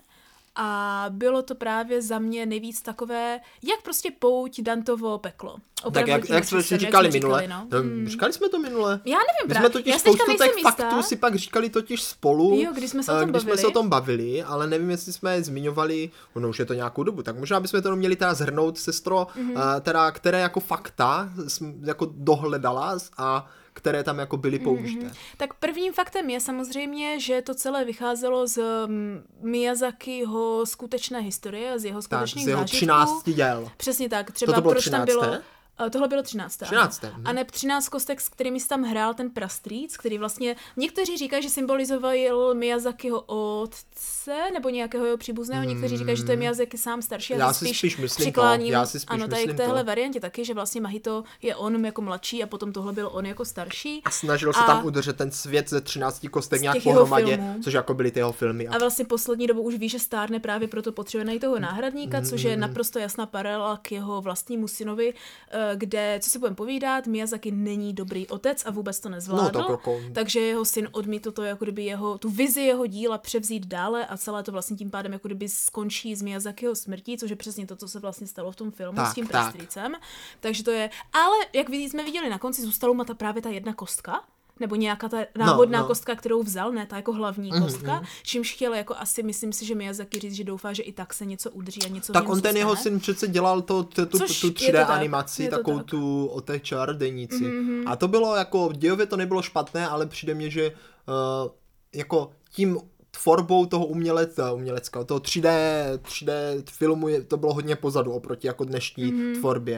A bylo to právě za mě nejvíc takové, jak prostě pouť Dantovo peklo. Tak jak jsme si říkali minule. Říkali jsme to minule. Já nevím, my jsme totiž spoustu těch faktů si pak říkali totiž spolu, jo, když jsme se o tom bavili, ale nevím, jestli jsme je zmiňovali, no už je to nějakou dobu, tak možná bychom to měli teda zhrnout, sestro, teda, které jako fakta jako dohledala a které tam jako byly použité. Tak prvním faktem je samozřejmě, že to celé vycházelo z Miyazakiho skutečné historie, z jeho skutečných zážitků. Z jeho 13 děl. Přesně tak. Třeba to bylo proč 13. tam bylo... Tohle bylo 13. 13. A ne 13 kostek, s kterými si tam hrál ten prastrýc, který vlastně, někteří říkají, že symbolizoval Miyazakiho otce, nebo nějakého jeho příbuzného, někteří říkají, že to je Miyazaki sám starší. Já si spíš myslím přikláním, ano, tady k téhle variantě taky, že vlastně Mahito je on jako mladší a potom tohle byl on jako starší. A snažil se tam udržet ten svět ze 13 kostek nějak pohromadě, což jako byly ty jeho filmy. A vlastně poslední dobu už ví, že stárne, právě proto potřebuje najít toho náhradníka, což je naprosto jasná paralela k jeho vlastnímu synovi, kde, co si budeme povídat, Miyazaki není dobrý otec a vůbec to nezvládl, takže jeho syn odmítl to, jako kdyby tu vizi jeho díla převzít dále a celé to vlastně tím pádem jako kdyby skončí z Miyazakiho smrtí, což je přesně to, co se vlastně stalo v tom filmu s tím prastrýcem. Takže to je, ale jak jsme viděli na konci, zůstalo mu právě ta jedna kostka, nebo nějaká ta náhodná kostka, kterou vzal, ne ta jako hlavní kostka, čímž chtěl jako asi, myslím si, že Miyazaki říct, že doufá, že i tak se něco udrží a něco tak on ten jeho syn přece dělal tu 3D animaci, takovou tu o té čarodějnici. A to bylo jako, dějově to nebylo špatné, ale přijde mně, že jako tím tvorbou toho uměleckého, toho 3D filmu to bylo hodně pozadu oproti jako dnešní tvorbě.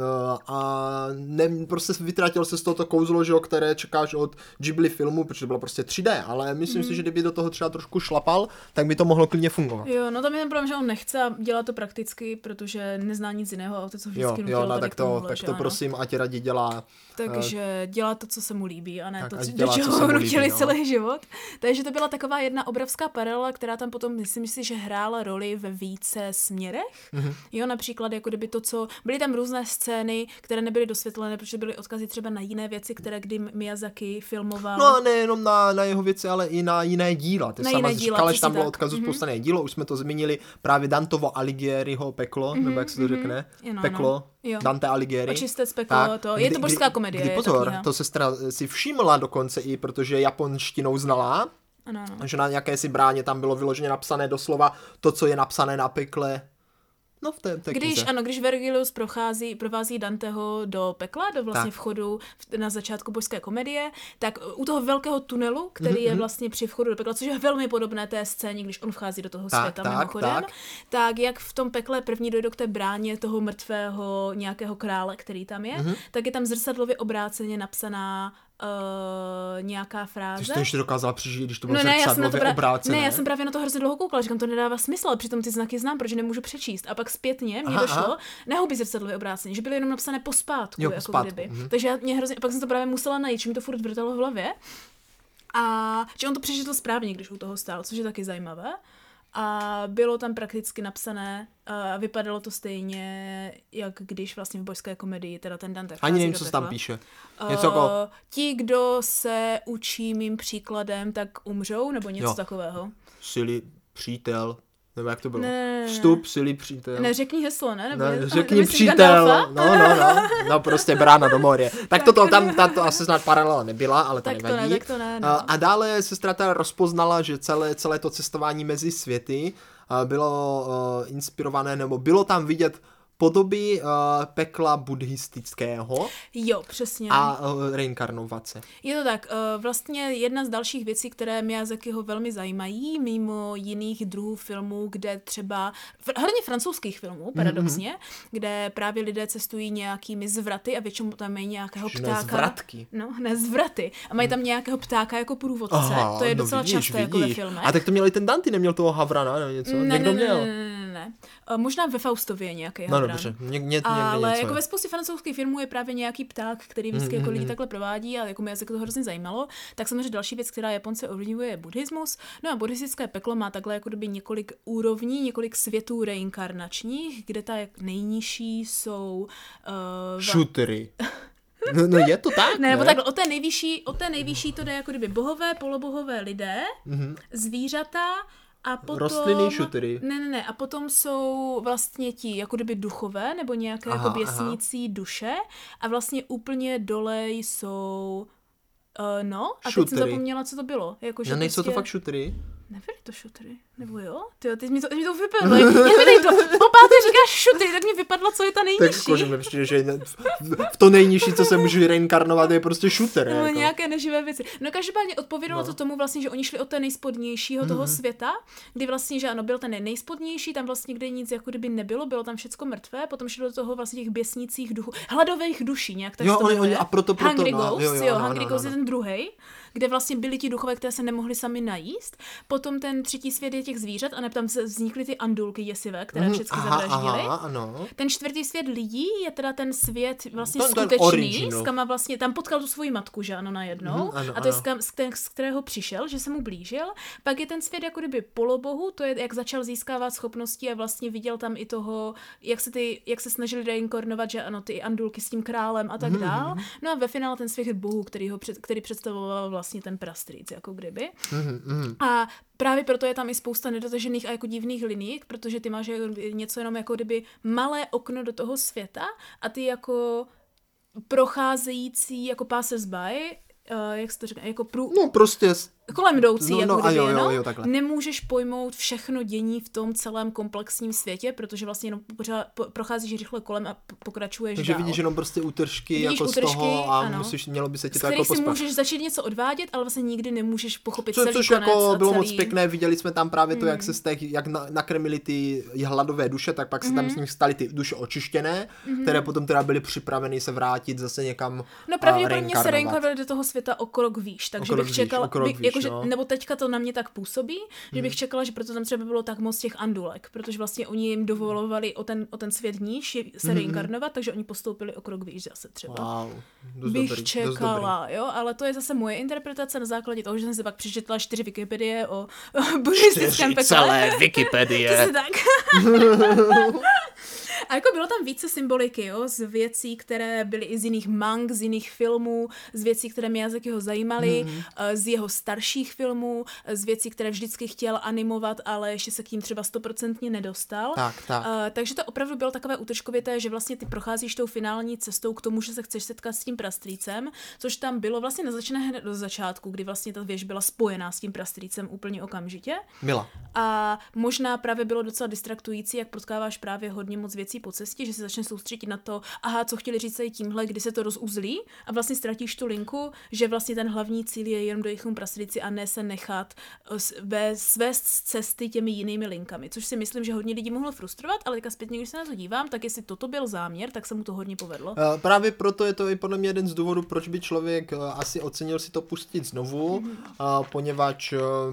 A prostě vytratil se z tohoto kouzlo, že, které čekáš od Ghibli filmu, protože to bylo prostě 3D, ale myslím si, že kdyby do toho třeba trošku šlapal, tak by to mohlo klidně fungovat. Jo, no tam je ten problém, že on nechce a dělá to prakticky, protože nezná nic jiného a to, co vždycky nutilo, no, tak to prosím, ať raději dělá. Takže dělá to, co se mu líbí a ne to, do čeho ho nutili celý život. Takže to byla taková jedna obrovská paralela, která tam potom, myslím si, že hrála roli ve více směrech. Jo, například jako kdyby to, co byly tam různé scény, které nebyly dosvětlené, protože byly odkazy třeba na jiné věci, které kdy Miyazaki filmoval. No a nejenom na jeho věci, ale i na jiné díla. Ty sama říkala, že tam bylo odkazu spousta dílo, už jsme to zmínili, právě Dantovo Alighieriho peklo, nebo jak se to řekne? Peklo. Jo. Dante Alighieri. Očistec peklo, to. Je to božská komedie. Kdy pozor, to sestra si všimla dokonce i, protože japonštinou znala, ano. že na nějaké si bráně tam bylo vyloženě napsané doslova to, co je napsané na pekle. No v té knize. Když Vergilius provází Danteho do pekla, do vlastně vchodu na začátku božské komedie, tak u toho velkého tunelu, který je vlastně při vchodu do pekla, což je velmi podobné té scéně, když on vchází do toho světa mimochodem, tak jak v tom pekle první dojde k té bráně toho mrtvého nějakého krále, který tam je, tak je tam zrcadlově obráceně napsaná nějaká fráze. Ty jsi to ještě dokázala přežít, když to bylo zrcadlově obrácené. Ne, já jsem právě na to hrozně dlouho koukala, říkám, to nedává smysl, ale přitom ty znaky znám, protože nemůžu přečíst. A pak zpětně mě došlo, ne houby zrcadlově obráceně, že byly jenom napsané pospátku, jako kdyby. Takže mě hrozně, pak jsem to právě musela najít, že mi to furt vrtalo v hlavě. A že on to přečetl správně, když u toho stál, což je taky zajímavé. A bylo tam prakticky napsané a vypadalo to stejně, jak když vlastně v božské komedii teda ten Dante vchází. Ani nevím, co se tam píše. Něco ti, kdo se učí mým příkladem, tak umřou, nebo něco takového. Sily, přítel, nebo jak to bylo? Ne. Vstup, sily, přítel. Ne, řekni heslo, ne? Nebo řekni přítel. No, prostě brána do moře. Tak tam to asi snad paralela nebyla, ale to nevadí. Tak to ne, no. A dále sestra teda rozpoznala, že celé to cestování mezi světy bylo inspirované, nebo bylo tam vidět podoby pekla buddhistického. Jo, přesně. A reinkarnovace. Je to tak. Vlastně jedna z dalších věcí, které Miyazakiho velmi zajímají, mimo jiných druhů filmů, kde třeba, hlavně francouzských filmů, paradoxně, kde právě lidé cestují nějakými zvraty a většinou tam mají nějakého ptáka. Zvratky. No, ne zvraty. A mají tam nějakého ptáka jako průvodce. To je docela časté jako ve filmech. A tak to měl i ten Dante, neměl toho Havrana nebo něco? Někdo měl. Ne. Možná ve Faustově je nějaký No hadran. dobře, Ale něco jako ve spoustě francouzských filmů je právě nějaký pták, který vždycky jako lidi takhle provádí a jako mě se to hrozně zajímalo. Tak samozřejmě další věc, která Japonce ovlivňuje, je buddhismus. No a buddhistické peklo má takhle jako doby několik úrovní, několik světů reinkarnačních, kde ta nejnižší jsou... Šutery. No je to tak, ne? Nebo takhle, o té nejvyšší to jde jako kdyby bohové, polobohové lidé, zvířata a potom... Rostliny, šutery. Ne, a potom jsou vlastně ti jako kdyby duchové, nebo nějaké jako běsnící duše a vlastně úplně dole jsou... a šutery. teď jsem zapomněla, co to bylo. Jako, že nejsou prostě... to fakt šutery? Nebyly to šutry, nebo jo? Tyjo, teď mi to vypadlo. Jak mi tady to popáté říkáš šutry, tak mi vypadlo, co je ta nejnižší. Tak jakože mi přijde, že v to nejnižší, co se může reinkarnovat, je prostě šuter. No, jako. nějaké neživé věci. No každopádně odpovědalo to tomu vlastně, že oni šli od té nejspodnějšího toho světa, kdy vlastně, že ano, byl ten nejspodnější, tam vlastně kde nic jako kdyby nebylo, bylo tam všecko mrtvé, potom šli do toho vlastně těch běsnících duchů, hladových duší, nějak tak to jmenuje. A proto Hungry no, Ghosts, Hungry Ghosts je ten druhej, kde vlastně byli ti duchové, které se nemohli sami najíst. Potom ten třetí svět je těch zvířat a tam se vznikly ty andulky děsivé, které všechny zavraždily. Ten čtvrtý svět lidí je teda ten svět vlastně skutečný, s kama vlastně tam potkal tu svoji matku, že ano, najednou. A to je z kterého přišel, že se mu blížil. Pak je ten svět jako kdyby polobohu, to je jak začal získávat schopnosti a vlastně viděl tam i toho, jak se snažili reinkarnovat, že ano, ty andulky s tím králem a tak dál. No a ve finále ten svět bohu, který představoval vlastně ten prastrýc, jako kdyby. A právě proto je tam i spousta nedotažených a jako divných liník, protože ty máš něco jenom jako kdyby malé okno do toho světa a ty jako procházející jako passers-by, jak se to říká, jako prostě kolem jdoucí, no, jako kdyby, jo, nemůžeš pojmout všechno dění v tom celém komplexním světě, protože vlastně jenom procházíš rychle kolem a pokračuješ takže dál. vidíš jenom prostě útržky jako z toho a mělo by se ti to jako si můžeš začít něco odvádět, ale vlastně nikdy nemůžeš pochopit celý což konec jako bylo celý... moc pěkné, viděli jsme tam právě to, jak se z těch, jak nakrmili ty hladové duše, tak pak se tam z nich staly ty duše očištěné, které potom teda byly připraveny se vrátit zase někam. No pravděpodobně se reinkarnovali do toho světa o krok výš, takže bych čekal, nebo teďka to na mě tak působí, že bych čekala, že proto tam třeba bylo tak moc těch andulek, protože vlastně oni jim dovolovali o ten svět níž se reinkarnovat, takže oni postoupili o krok výš zase třeba. Wow, bych čekala, jo, ale to je zase moje interpretace na základě toho, že jsem si pak přečetla 4 Wikipedie o buddhistickém pekle. celé Wikipedie. Přesně tak. A jako bylo tam více symboliky, jo, z věcí, které byly i z jiných mang, z jiných filmů, z věcí, které Miyazakiho zajímaly, z jeho starších filmů, z věcí, které vždycky chtěl animovat, ale ještě se k ním třeba 100% nedostal. Tak. Takže to opravdu bylo takové útržkovité, že vlastně ty procházíš tou finální cestou k tomu, že se chceš setkat s tím prastrýcem, což tam bylo vlastně naznačené hned do začátku, kdy vlastně ta věž byla spojená s tím prastrýcem úplně okamžitě. Byla. A možná právě bylo docela distraktující, jak potkáváš právě hodně moc věcí po cestě, že se začne soustředit na to, co chtěli říct i tímhle, kdy se to rozuzlí a vlastně ztratíš tu linku, že vlastně ten hlavní cíl je jenom dojít k tomu prastrici a ne se nechat svést z cesty těmi jinými linkami, což si myslím, že hodně lidí mohlo frustrovat, ale teďka zpětně, když se na to dívám, tak jestli toto byl záměr, tak se mu to hodně povedlo. Právě proto je to i podle mě jeden z důvodů, proč by člověk asi ocenil si to pustit znovu, poněvadž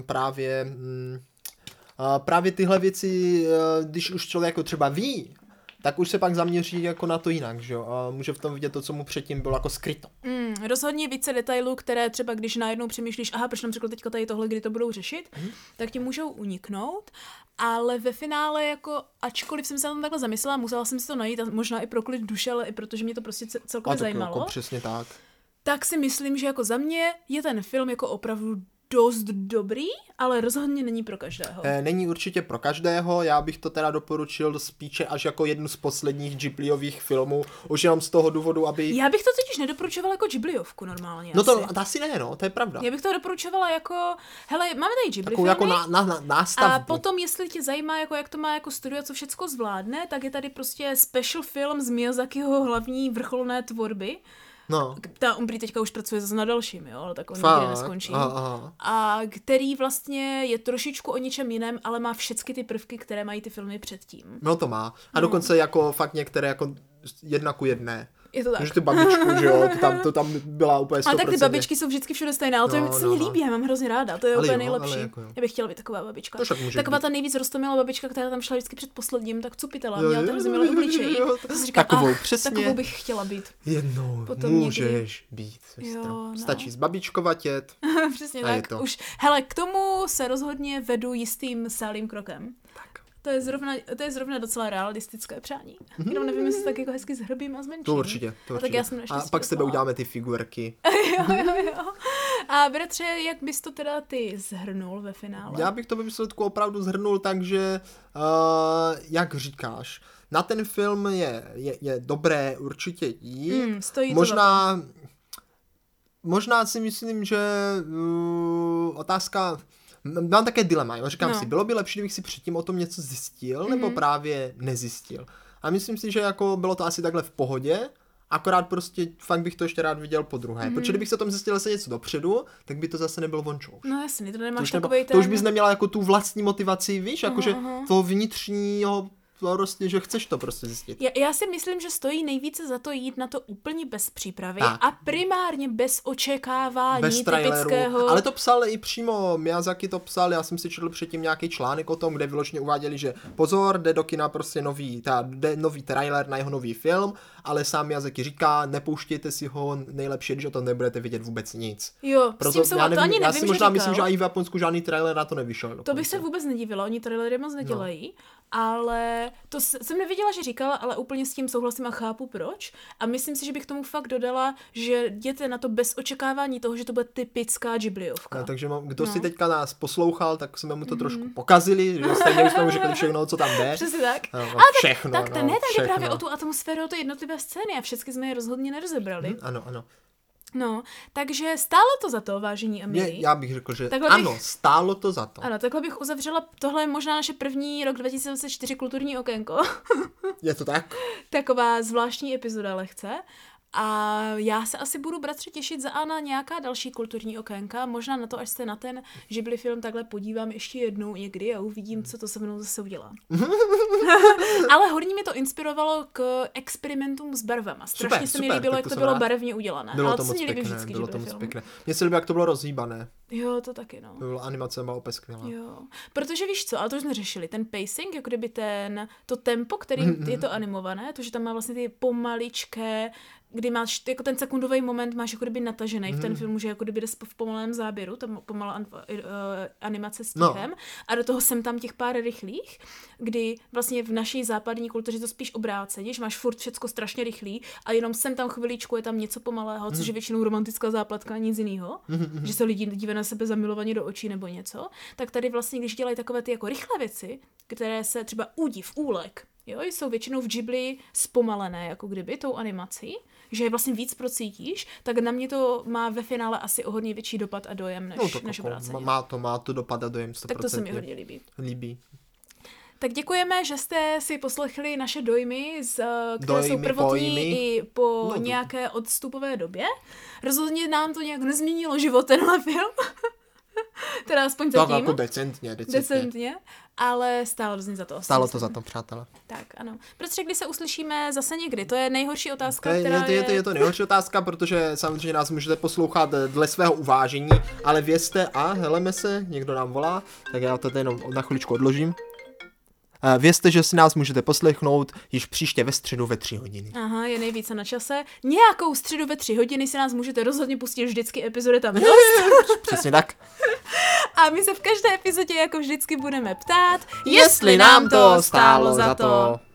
právě tyhle věci, když už člověk třeba ví, tak už se pak zaměří jako na to jinak, že jo? A může v tom vidět to, co mu předtím bylo jako skryto. Rozhodně více detailů, které třeba když najednou přemýšlíš, proč nám řekl teďka tady tohle, kdy to budou řešit, tak ti můžou uniknout, ale ve finále jako, ačkoliv jsem se na tom takhle zamyslela, musela jsem si to najít a možná i pro klid duše, ale i protože mě to prostě celkově zajímalo. Jako přesně tak. Tak si myslím, že jako za mě je ten film jako opravdu dost dobrý, ale rozhodně není pro každého. Není určitě pro každého, já bych to teda doporučil spíše až jako jednu z posledních Ghibliových filmů, už jenom z toho důvodu, aby... Já bych to totiž nedoporučovala jako Ghibliovku normálně. No to asi ne, no, to je pravda. Já bych to doporučovala jako, hele, máme tady Ghibli filmy. Jako na nástavbu. A potom, jestli tě zajímá, jako jak to má jako studio, co všecko zvládne, tak je tady prostě special film z Miyazakiho hlavní vrcholné tvorby. No. On prý teďka už pracuje zase na dalším, jo, ale tak on nikdy neskončí. A který vlastně je trošičku o něčem jiném, ale má všechny ty prvky, které mají ty filmy předtím. No to má. A dokonce jako fakt některé jako 1:1. Je to tak. Že ty babičku, že jo, to tam byla úplně 100%. Ale tak ty babičky jsou vždycky všude stejné, ale to se mi líbí, já mám hrozně ráda, to je úplně nejlepší. Jako jo. Já bych chtěla být taková babička. Taková ta nejvíc roztomilá babička, která tam šla vždycky před posledním, tak cupitela, měla ten hrozně milý obličej. Takovou přesně. Takovou bych chtěla být. Jednou potom můžeš být, sestra. Stačí zbabičkovatět. Přesně tak. Už, hele, k tomu se rozhodně vedu jistým stálým krokem. To je zrovna docela realistické přání. Jenom nevím, jestli tak jako hezky zhrbím a zmenším. To určitě. Tak já jsem a pak s tebe uděláme ty figurky. jo. A bratře, jak bys to teda ty zhrnul ve finále? Já bych to ve výsledku opravdu zhrnul tak, že jak říkáš, na ten film je dobré určitě jít. Stojí to za to. Možná si myslím, že otázka... Mám také dilema, jo? Říkám si, bylo by lepší, kdybych si předtím o tom něco zjistil, nebo právě nezjistil. A myslím si, že jako bylo to asi takhle v pohodě, akorát prostě fakt bych to ještě rád viděl po druhé. Protože kdybych se o tom zjistil zase něco dopředu, tak by to zase nebyl vončouš. No jasně, to nemáš takovej ten... To už bys neměla jako tu vlastní motivaci, víš, jakože toho vnitřního... Prostě, že chceš to prostě zjistit. Já si myslím, že stojí nejvíce za to jít na to úplně bez přípravy a primárně bez očekávání bez typického... Ale to psal i přímo, Miyazaki to psal, já jsem si četl předtím nějaký článek o tom, kde vyloženě uváděli, že pozor, jde do kina prostě nový trailer na jeho nový film, ale sám Miyazaki říká, nepouštějte si ho, nejlepší, když o tom nebudete vidět vůbec nic. Jo, proto, s tím já nevím, já si možná myslím, že i v Japonsku žádný trailer na to nevyšel. To bych se vůbec nedivila, oni trailery moc nedělají. Ale to jsem nevěděla, že říkala, ale úplně s tím souhlasím a chápu proč. A myslím si, že bych tomu fakt dodala, že jděte na to bez očekávání toho, že to bude typická Ghibliovka. Takže kdo si teďka nás poslouchal, tak jsme mu to trošku pokazili, že stejně už jsme mu řekli všechno, co tam jde. Přesně tak. Všechno. Tak to jde právě o tu atmosféru, o ty jednotlivé scény a všechny jsme je rozhodně nerozebrali. Ano. No, takže stálo to za to, vážení a milí. Já bych řekl, že stálo to za to. Ano, takhle bych uzavřela, tohle je možná naše první rok 2024 kulturní okénko. Je to tak? Taková zvláštní epizoda lehce. A já se asi budu, bratře, těšit na nějaká další kulturní okénka, možná na to, až se na ten Ghibli film takhle podívám ještě jednou někdy a uvidím, co to se mnou zase udělá. Ale hodně mi to inspirovalo k experimentům s barvama. Strašně se mi líbilo, jak to bylo barevně udělané. Bylo to moc pěkné. Mně se líbilo, jak to bylo rozhýbané. Jo, to taky, no. To byla animace, byla opět skvělá. Jo, protože víš co, ale to už jsme řešili, ten pacing, jako kdyby to tempo, kterým je to animované, to, že tam má vlastně ty pomaličké, kdy máš jako ten sekundový moment máš jako kdyby natažený v ten film, že jako kdyby jde v pomalém záběru, tam pomalá animace s tichem a do toho jsem tam těch pár rychlých, kdy vlastně v naší západní kultuře to spíš obráceně, že máš furt všecko strašně rychlý a jenom sem tam chviličku je tam něco pomalého, což je většinou romantická zápletka a nic jiného, že se lidi dívají na sebe zamilovaně do očí nebo něco, tak tady vlastně, když dělají takové ty jako rychlé věci, které se třeba údiv, úlek, jo, jsou většinou v Ghibli zpomalené, jako kdyby tou animací, že je vlastně víc procítíš, tak na mě to má ve finále asi o hodně větší dopad a dojem než obráceně. Má to dopad a dojem 100%. Tak to se mi hodně líbí. Tak děkujeme, že jste si poslechli naše dojmy, které jsou prvotní i po nějaké odstupové době. Rozhodně nám to nějak nezměnilo život tenhle film. Teda aspoň zatím. Tak jako decentně. Ale stálo to za to. Stálo to za to, přátelé. Tak, ano. Protože kdy se uslyšíme zase někdy? To je nejhorší otázka, Je to nejhorší otázka, protože samozřejmě nás můžete poslouchat dle svého uvážení, ale vězte, heleme se, někdo nám volá, tak já to jenom na chviličku odložím. Vězte, že si nás můžete poslechnout již příště ve středu ve 3 hodiny. Aha, je nejvíce na čase. Nějakou středu ve 3 hodiny si nás můžete rozhodně pustit, vždycky epizody tam dost. Přesně tak. A my se v každé epizodě jako vždycky budeme ptát, jestli nám to stálo za to.